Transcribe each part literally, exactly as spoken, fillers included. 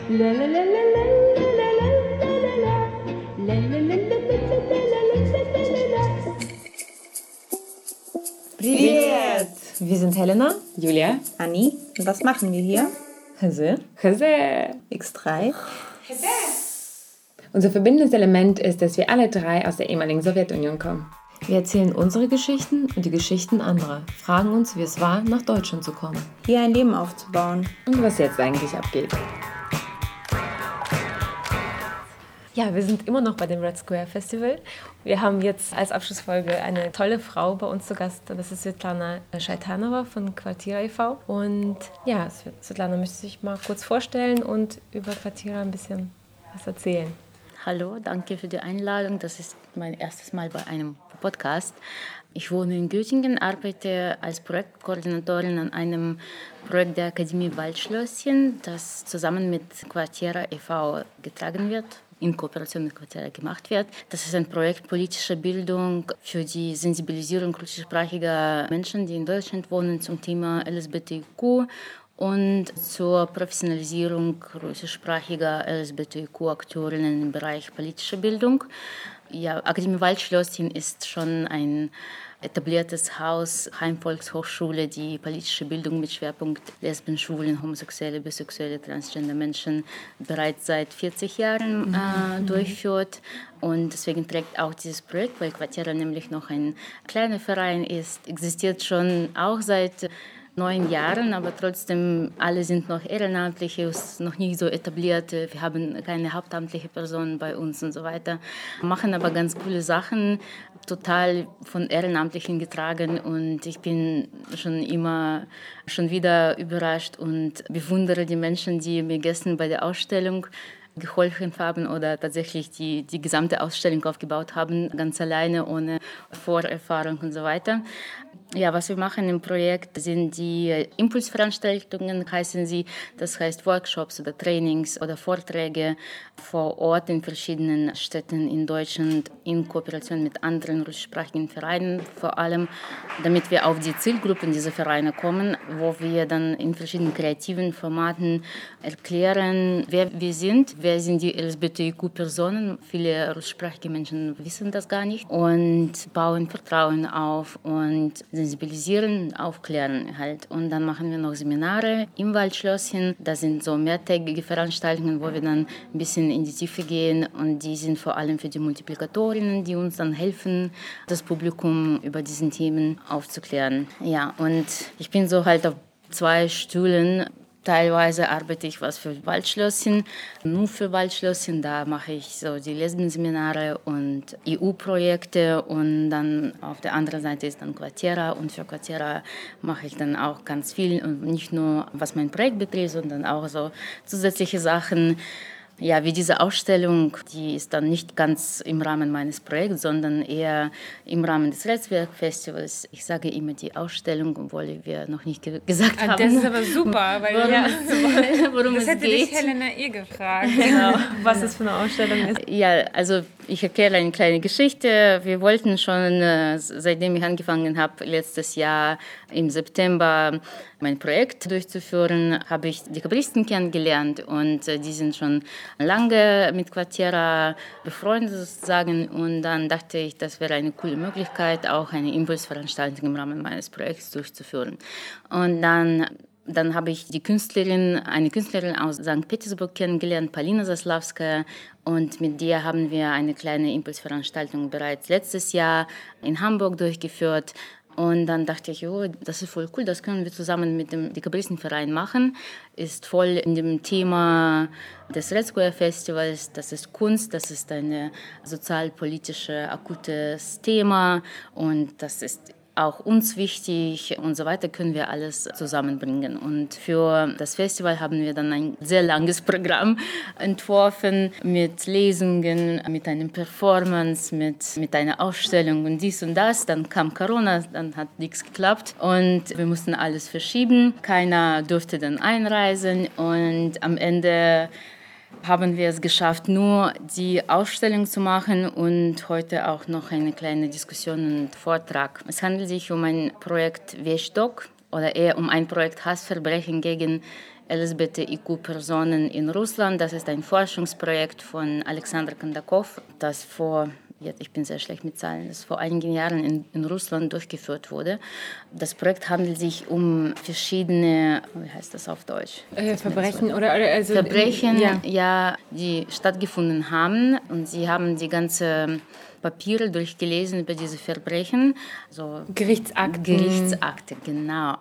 Привет! Wir sind Helena, Julia, Anni. Und was machen wir hier? Hase. Hase. X drei. Unser verbindendes Element ist, dass wir alle drei aus der ehemaligen Sowjetunion kommen. Wir erzählen unsere Geschichten und die Geschichten anderer, fragen uns, wie es war, nach Deutschland zu kommen. Hier ein Leben aufzubauen. Und was jetzt eigentlich abgeht. Ja, wir sind immer noch bei dem Red Square Festival. Wir haben jetzt als Abschlussfolge eine tolle Frau bei uns zu Gast. Das ist Svetlana Scheitanova von Quartira e V Und ja, Svetlana möchte sich mal kurz vorstellen und über Quartira ein bisschen was erzählen. Hallo, danke für die Einladung. Das ist mein erstes Mal bei einem Podcast. Ich wohne in Göttingen, arbeite als Projektkoordinatorin an einem Projekt der Akademie Waldschlösschen, das zusammen mit Quartira e V getragen wird, in Kooperation mit Quartira gemacht wird. Das ist ein Projekt politischer Bildung für die Sensibilisierung russischsprachiger Menschen, die in Deutschland wohnen, zum Thema L S B T Q und zur Professionalisierung russischsprachiger L S B T Q-Akteurinnen im Bereich politischer Bildung. Ja, Akademie Waldschlösschen ist schon ein etabliertes Haus, Heimvolkshochschule, die politische Bildung mit Schwerpunkt Lesben, Schwulen, Homosexuelle, Bisexuelle, Transgender Menschen bereits seit vierzig Jahren äh, durchführt. Und deswegen trägt auch dieses Projekt, weil Quartira nämlich noch ein kleiner Verein ist, existiert schon auch seit neun Jahren, aber trotzdem alle sind noch Ehrenamtliche, ist noch nicht so etabliert. Wir haben keine hauptamtliche Person bei uns und so weiter. Machen aber ganz coole Sachen, total von Ehrenamtlichen getragen und ich bin schon immer schon wieder überrascht und bewundere die Menschen, die mir gestern bei der Ausstellung geholfen haben oder tatsächlich die, die gesamte Ausstellung aufgebaut haben, ganz alleine, ohne Vorerfahrung und so weiter. Ja, was wir machen im Projekt sind die Impulsveranstaltungen, heißen sie. Das heißt Workshops oder Trainings oder Vorträge vor Ort in verschiedenen Städten in Deutschland in Kooperation mit anderen russischsprachigen Vereinen, vor allem damit wir auf die Zielgruppen dieser Vereine kommen, wo wir dann in verschiedenen kreativen Formaten erklären, wer wir sind, wer sind die L S B T Q-Personen. Viele russischsprachige Menschen wissen das gar nicht und bauen Vertrauen auf und sensibilisieren, aufklären halt. Und dann machen wir noch Seminare im Waldschlösschen. Das sind so mehrtägige Veranstaltungen, wo wir dann ein bisschen in die Tiefe gehen. Und die sind vor allem für die Multiplikatorinnen, die uns dann helfen, das Publikum über diesen Themen aufzuklären. Ja, und ich bin so halt auf zwei Stühlen. Teilweise arbeite ich was für Waldschlösschen, nur für Waldschlösschen. Da mache ich so die Lesbenseminare und E U-Projekte und dann auf der anderen Seite ist dann Quartira und für Quartira mache ich dann auch ganz viel und nicht nur was mein Projekt betrifft, sondern auch so zusätzliche Sachen. Ja, wie diese Ausstellung, die ist dann nicht ganz im Rahmen meines Projekts, sondern eher im Rahmen des Netzwerkfestivals. Ich sage immer die Ausstellung, obwohl wir noch nicht ge- gesagt ah, haben. Das ist aber super, weil worum, ja, es, worum das es hätte geht. dich Helena eh gefragt. Genau, was das für eine Ausstellung ist. Ja, also ich erkläre eine kleine Geschichte. Wir wollten schon, seitdem ich angefangen habe, letztes Jahr im September mein Projekt durchzuführen, habe ich die Kabaristen kennengelernt und die sind schon lange mit Quartira befreundet sozusagen und dann dachte ich, das wäre eine coole Möglichkeit, auch eine Impulsveranstaltung im Rahmen meines Projekts durchzuführen. Und dann Dann habe ich die Künstlerin, eine Künstlerin aus Sankt Petersburg kennengelernt, Polina Zaslawskaja. Und mit der haben wir eine kleine Impulsveranstaltung bereits letztes Jahr in Hamburg durchgeführt. Und dann dachte ich, oh, das ist voll cool, das können wir zusammen mit dem Dekabalistenverein machen. Ist voll in dem Thema des Red Square Festivals, das ist Kunst, das ist ein sozialpolitisches, akutes Thema und das ist auch uns wichtig und so weiter, können wir alles zusammenbringen. Und für das Festival haben wir dann ein sehr langes Programm entworfen mit Lesungen, mit einer Performance, mit, mit einer Ausstellung und dies und das. Dann kam Corona, dann hat nichts geklappt und wir mussten alles verschieben. Keiner durfte dann einreisen und am Ende haben wir es geschafft, nur die Ausstellung zu machen und heute auch noch eine kleine Diskussion und Vortrag. Es handelt sich um ein Projekt Veshtok oder eher um ein Projekt Hassverbrechen gegen L S B T I Q-Personen in Russland. Das ist ein Forschungsprojekt von Alexander Kondakow, das vor ich bin sehr schlecht mit Zahlen, das vor einigen Jahren in, in Russland durchgeführt wurde. Das Projekt handelt sich um verschiedene, wie heißt das auf Deutsch? Äh, Verbrechen oder, oder also Verbrechen, ja. ja, die stattgefunden haben. Und sie haben die ganze Papiere durchgelesen über diese Verbrechen. Also Gerichtsakten. Gerichtsakte, genau.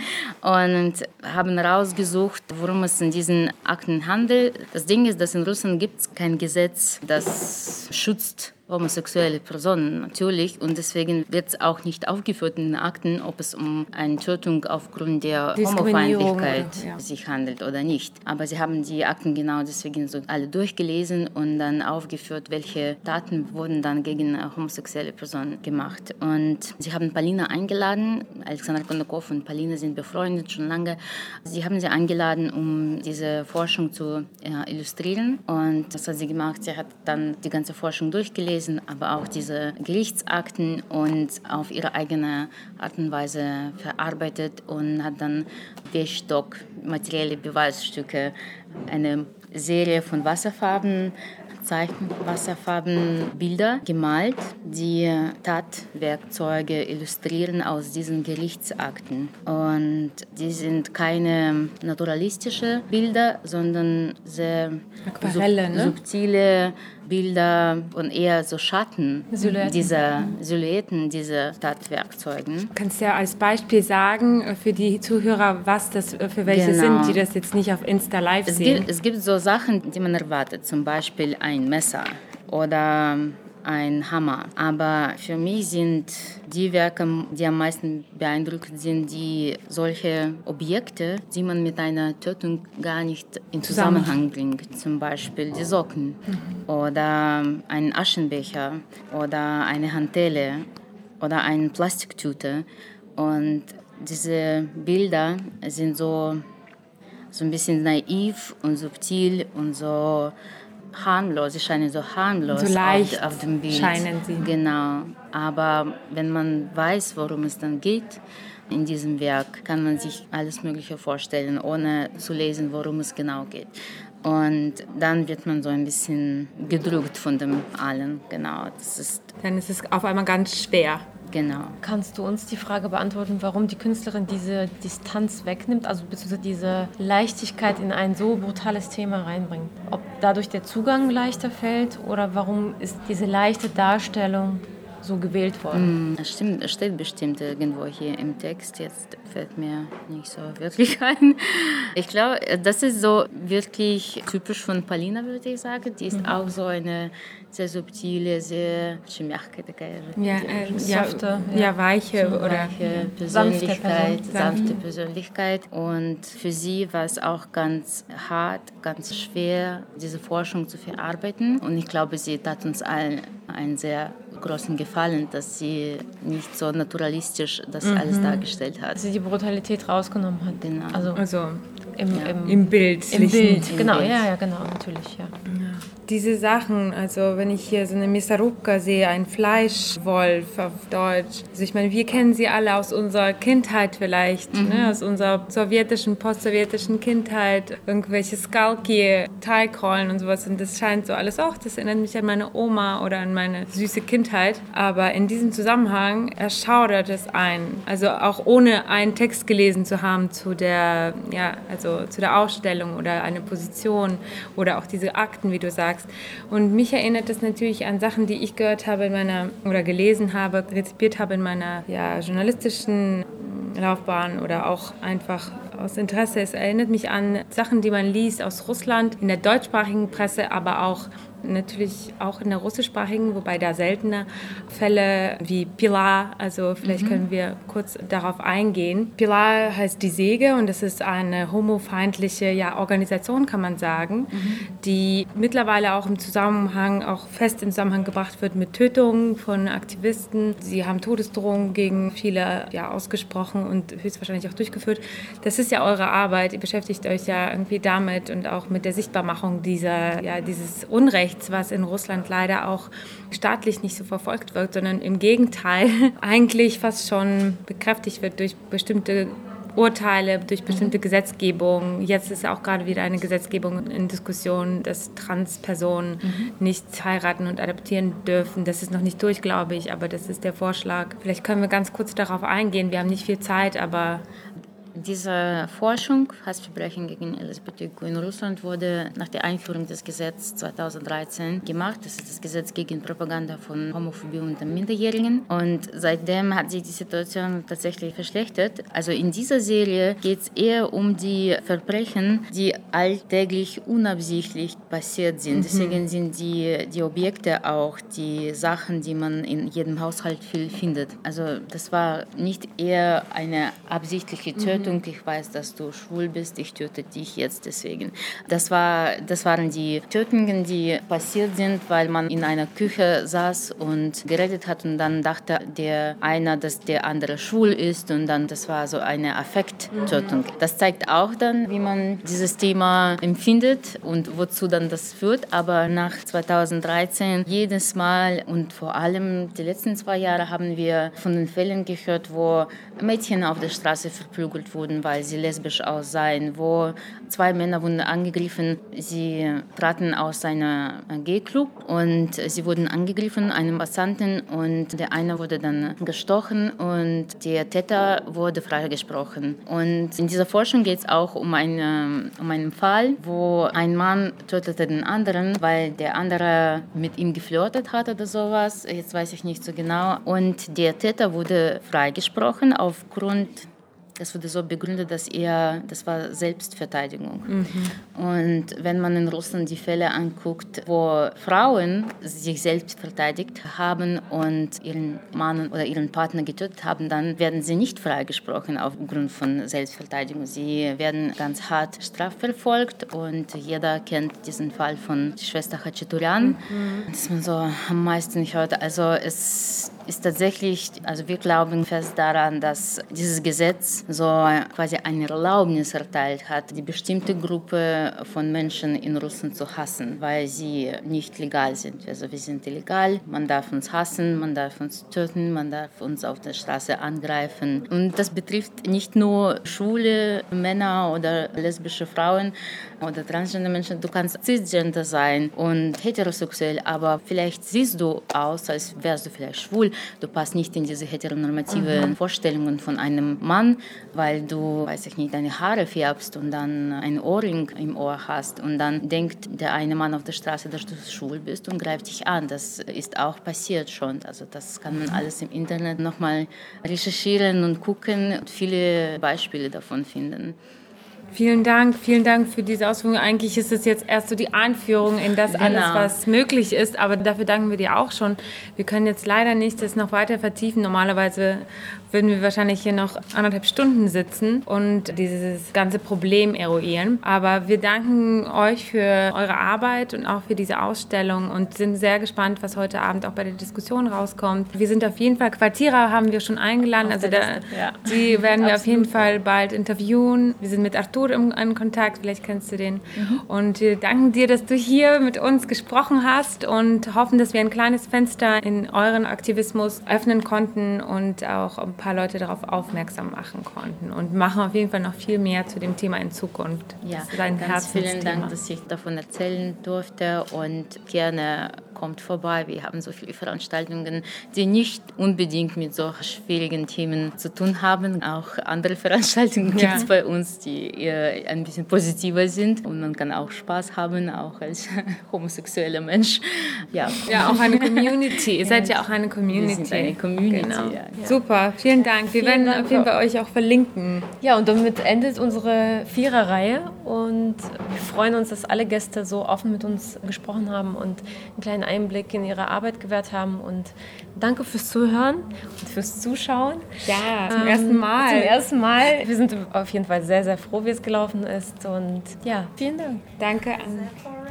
Und haben herausgesucht, worum es in diesen Akten handelt. Das Ding ist, dass in Russland gibt es kein Gesetz, das schützt homosexuelle Personen natürlich und deswegen wird es auch nicht aufgeführt in den Akten, ob es um eine Tötung aufgrund der Homofeindlichkeit oder, ja. sich handelt oder nicht. Aber sie haben die Akten genau deswegen so alle durchgelesen und dann aufgeführt, welche Taten wurden dann gegen homosexuelle Personen gemacht. Und sie haben Palina eingeladen, Alexander Kondakow und Palina sind befreundet schon lange. Sie haben sie eingeladen, um diese Forschung zu äh, illustrieren und das hat sie gemacht. Sie hat dann die ganze Forschung durchgelesen, aber auch diese Gerichtsakten und auf ihre eigene Art und Weise verarbeitet und hat dann Wäschstock, materielle Beweisstücke, eine Serie von Wasserfarben, Zeichen, Wasserfarben, Bilder gemalt, die Tatwerkzeuge illustrieren aus diesen Gerichtsakten. Und die sind keine naturalistischen Bilder, sondern sehr Aquarelle, sub- ne? subtile Bilder und eher so Schatten Silhouetten. dieser Silhouetten dieser Tatwerkzeugen. Kannst du ja als Beispiel sagen für die Zuhörer, was das für welche Genau. sind, die das jetzt nicht auf Insta live Es sehen? gibt, es gibt so Sachen, die man erwartet, zum Beispiel ein Messer oder ein Hammer. Aber für mich sind die Werke, die am meisten beeindruckend sind, die solche Objekte, die man mit einer Tötung gar nicht in Zusammenhang bringt. Zum Beispiel die Socken mhm. oder ein Aschenbecher oder eine Handtelle oder eine Plastiktüte. Und diese Bilder sind so, so ein bisschen naiv und subtil und so harmlos, sie scheinen so harmlos so leicht auf, auf dem Bild. Scheinen sie. Genau, aber wenn man weiß, worum es dann geht in diesem Werk, kann man sich alles Mögliche vorstellen, ohne zu lesen, worum es genau geht. Und dann wird man so ein bisschen gedrückt von dem allen, genau. Das ist Dann ist es auf einmal ganz schwer. Genau. Kannst du uns die Frage beantworten, warum die Künstlerin diese Distanz wegnimmt, also beziehungsweise diese Leichtigkeit in ein so brutales Thema reinbringt? Ob dadurch der Zugang leichter fällt oder warum ist diese leichte Darstellung so gewählt worden? Das stimmt, es steht bestimmt irgendwo hier im Text, jetzt fällt mir nicht so wirklich ein. Ich glaube, das ist so wirklich typisch von Palina, würde ich sagen. Die ist mhm. auch so eine sehr subtile, sehr ja, äh, softe, ja, ja, weiche so oder weiche Persönlichkeit, sanfte, Person. sanfte Persönlichkeit. Und für sie war es auch ganz hart, ganz schwer, diese Forschung zu verarbeiten. Und ich glaube, sie tat uns allen einen sehr großen Gefallen, dass sie nicht so naturalistisch das mhm. alles dargestellt hat. Dass sie die Brutalität rausgenommen hat. Genau. Also, also im, ja. im, im Bild. Im Bild, Im genau, Bild. ja, ja, genau, natürlich, ja. ja. Diese Sachen, also wenn ich hier so eine Мясорубка sehe, ein Fleischwolf auf Deutsch, also ich meine, wir kennen sie alle aus unserer Kindheit vielleicht, mhm. ne, aus unserer sowjetischen, postsowjetischen Kindheit, irgendwelche Skalki, Teigrollen und sowas und das scheint so alles auch, das erinnert mich an meine Oma oder an meine süße Kindheit, aber in diesem Zusammenhang erschaudert es einen, also auch ohne einen Text gelesen zu haben zu der, ja, also zu der Ausstellung oder eine Position oder auch diese Akten, wie du sagst. Und mich erinnert das natürlich an Sachen, die ich gehört habe in meiner oder gelesen habe, rezipiert habe in meiner ja, journalistischen Laufbahn oder auch einfach aus Interesse. Es erinnert mich an Sachen, die man liest aus Russland, in der deutschsprachigen Presse, aber auch natürlich auch in der russischsprachigen, wobei da seltener Fälle wie Pila, also vielleicht mhm. können wir kurz darauf eingehen. Pila heißt die Säge und das ist eine homofeindliche ja, Organisation, kann man sagen, mhm. die mittlerweile auch im Zusammenhang, auch fest in Zusammenhang gebracht wird mit Tötungen von Aktivisten. Sie haben Todesdrohungen gegen viele ja, ausgesprochen und höchstwahrscheinlich auch durchgeführt. Das ist ja eure Arbeit, ihr beschäftigt euch ja irgendwie damit und auch mit der Sichtbarmachung dieser, ja, dieses Unrechts, was in Russland leider auch staatlich nicht so verfolgt wird, sondern im Gegenteil eigentlich fast schon bekräftigt wird durch bestimmte Urteile durch bestimmte Gesetzgebung. Jetzt ist auch gerade wieder eine Gesetzgebung in Diskussion, dass Transpersonen mhm. nicht heiraten und adoptieren dürfen. Das ist noch nicht durch, glaube ich, aber das ist der Vorschlag. Vielleicht können wir ganz kurz darauf eingehen. Wir haben nicht viel Zeit, aber... Diese Forschung, Hassverbrechen gegen L G B T Q in Russland, wurde nach der Einführung des Gesetzes zweitausenddreizehn gemacht. Das ist das Gesetz gegen Propaganda von Homophobie unter Minderjährigen. Und seitdem hat sich die Situation tatsächlich verschlechtert. Also in dieser Serie geht es eher um die Verbrechen, die alltäglich unabsichtlich passiert sind. Mhm. Deswegen sind die, die Objekte auch die Sachen, die man in jedem Haushalt viel findet. Also das war nicht eher eine absichtliche Tötung. Mhm. Ich weiß, dass du schwul bist, ich töte dich jetzt deswegen. Das, war, das waren die Tötungen, die passiert sind, weil man in einer Küche saß und geredet hat und dann dachte der eine, dass der andere schwul ist und dann das war so eine Affekttötung. Mhm. Das zeigt auch dann, wie man dieses Thema empfindet und wozu dann das führt. Aber nach zweitausenddreizehn jedes Mal und vor allem die letzten zwei Jahre haben wir von den Fällen gehört, wo Mädchen auf der Straße verprügelt wurden, weil sie lesbisch aussahen, wo zwei Männer wurden angegriffen. Sie traten aus einem Gay-Club und sie wurden angegriffen, einem Passanten, und der eine wurde dann gestochen und der Täter wurde freigesprochen. Und in dieser Forschung geht es auch um, eine, um einen Fall, wo ein Mann tötete den anderen, weil der andere mit ihm geflirtet hat oder sowas. Jetzt weiß ich nicht so genau. Und der Täter wurde freigesprochen aufgrund... Das wurde so begründet, dass er, das war Selbstverteidigung. Mhm. Und wenn man in Russland die Fälle anguckt, wo Frauen sich selbst verteidigt haben und ihren Mann oder ihren Partner getötet haben, dann werden sie nicht freigesprochen aufgrund von Selbstverteidigung. Sie werden ganz hart strafverfolgt und jeder kennt diesen Fall von Schwester Khachaturian, mhm. das man so am meisten hört. Also es ist tatsächlich, also wir glauben fest daran, dass dieses Gesetz so quasi eine Erlaubnis erteilt hat, die bestimmte Gruppe von Menschen in Russland zu hassen, weil sie nicht legal sind. Also wir sind illegal, man darf uns hassen, man darf uns töten, man darf uns auf der Straße angreifen. Und das betrifft nicht nur schwule Männer oder lesbische Frauen oder transgender Menschen. Du kannst cisgender sein und heterosexuell, aber vielleicht siehst du aus, als wärst du vielleicht schwul. Du passt nicht in diese heteronormativen mhm. Vorstellungen von einem Mann, weil du, weiß ich nicht, deine Haare färbst und dann einen Ohrring im Ohr hast und dann denkt der eine Mann auf der Straße, dass du schwul bist und greift dich an. Das ist auch passiert schon. Also das kann man alles im Internet nochmal recherchieren und gucken und viele Beispiele davon finden. Vielen Dank, vielen Dank für diese Ausführung. Eigentlich ist es jetzt erst so die Einführung in das alles, genau. was möglich ist, aber dafür danken wir dir auch schon. Wir können jetzt leider nicht das noch weiter vertiefen. Normalerweise würden wir wahrscheinlich hier noch anderthalb Stunden sitzen und dieses ganze Problem eruieren. Aber wir danken euch für eure Arbeit und auch für diese Ausstellung und sind sehr gespannt, was heute Abend auch bei der Diskussion rauskommt. Wir sind auf jeden Fall, Quartira haben wir schon eingeladen, also da, ja. die werden wir auf jeden Fall bald interviewen. Wir sind mit Artur in Kontakt, vielleicht kennst du den. Mhm. Und wir danken dir, dass du hier mit uns gesprochen hast und hoffen, dass wir ein kleines Fenster in euren Aktivismus öffnen konnten und auch ein paar Leute darauf aufmerksam machen konnten und machen auf jeden Fall noch viel mehr zu dem Thema in Zukunft. Ja, ganz vielen Dank, dass ich davon erzählen durfte und gerne kommt vorbei. Wir haben so viele Veranstaltungen, die nicht unbedingt mit so schwierigen Themen zu tun haben. Auch andere Veranstaltungen ja. gibt es bei uns, die eher ein bisschen positiver sind und man kann auch Spaß haben, auch als homosexueller Mensch. Ja, ja auch eine Community. Ihr seid ja auch eine Community. Wir sind eine Community, genau. ja. Ja. Super, vielen Dank. Wir vielen werden Dank auf jeden Fall euch auch verlinken. Ja, und damit endet unsere Viererreihe und wir freuen uns, dass alle Gäste so offen mit uns gesprochen haben und einen kleinen Einblick in ihre Arbeit gewährt haben und danke fürs Zuhören und fürs Zuschauen. Ja, zum ähm, ersten Mal. Zum ersten Mal. Wir sind auf jeden Fall sehr, sehr froh, wie es gelaufen ist und ja, vielen Dank. Danke an...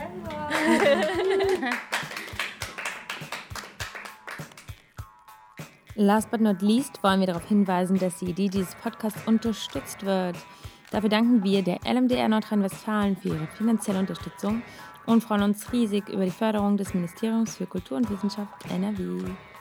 Last but not least wollen wir darauf hinweisen, dass die Idee dieses Podcasts unterstützt wird. Dafür danken wir der L M D R Nordrhein-Westfalen für ihre finanzielle Unterstützung und freuen uns riesig über die Förderung des Ministeriums für Kultur und Wissenschaft N R W.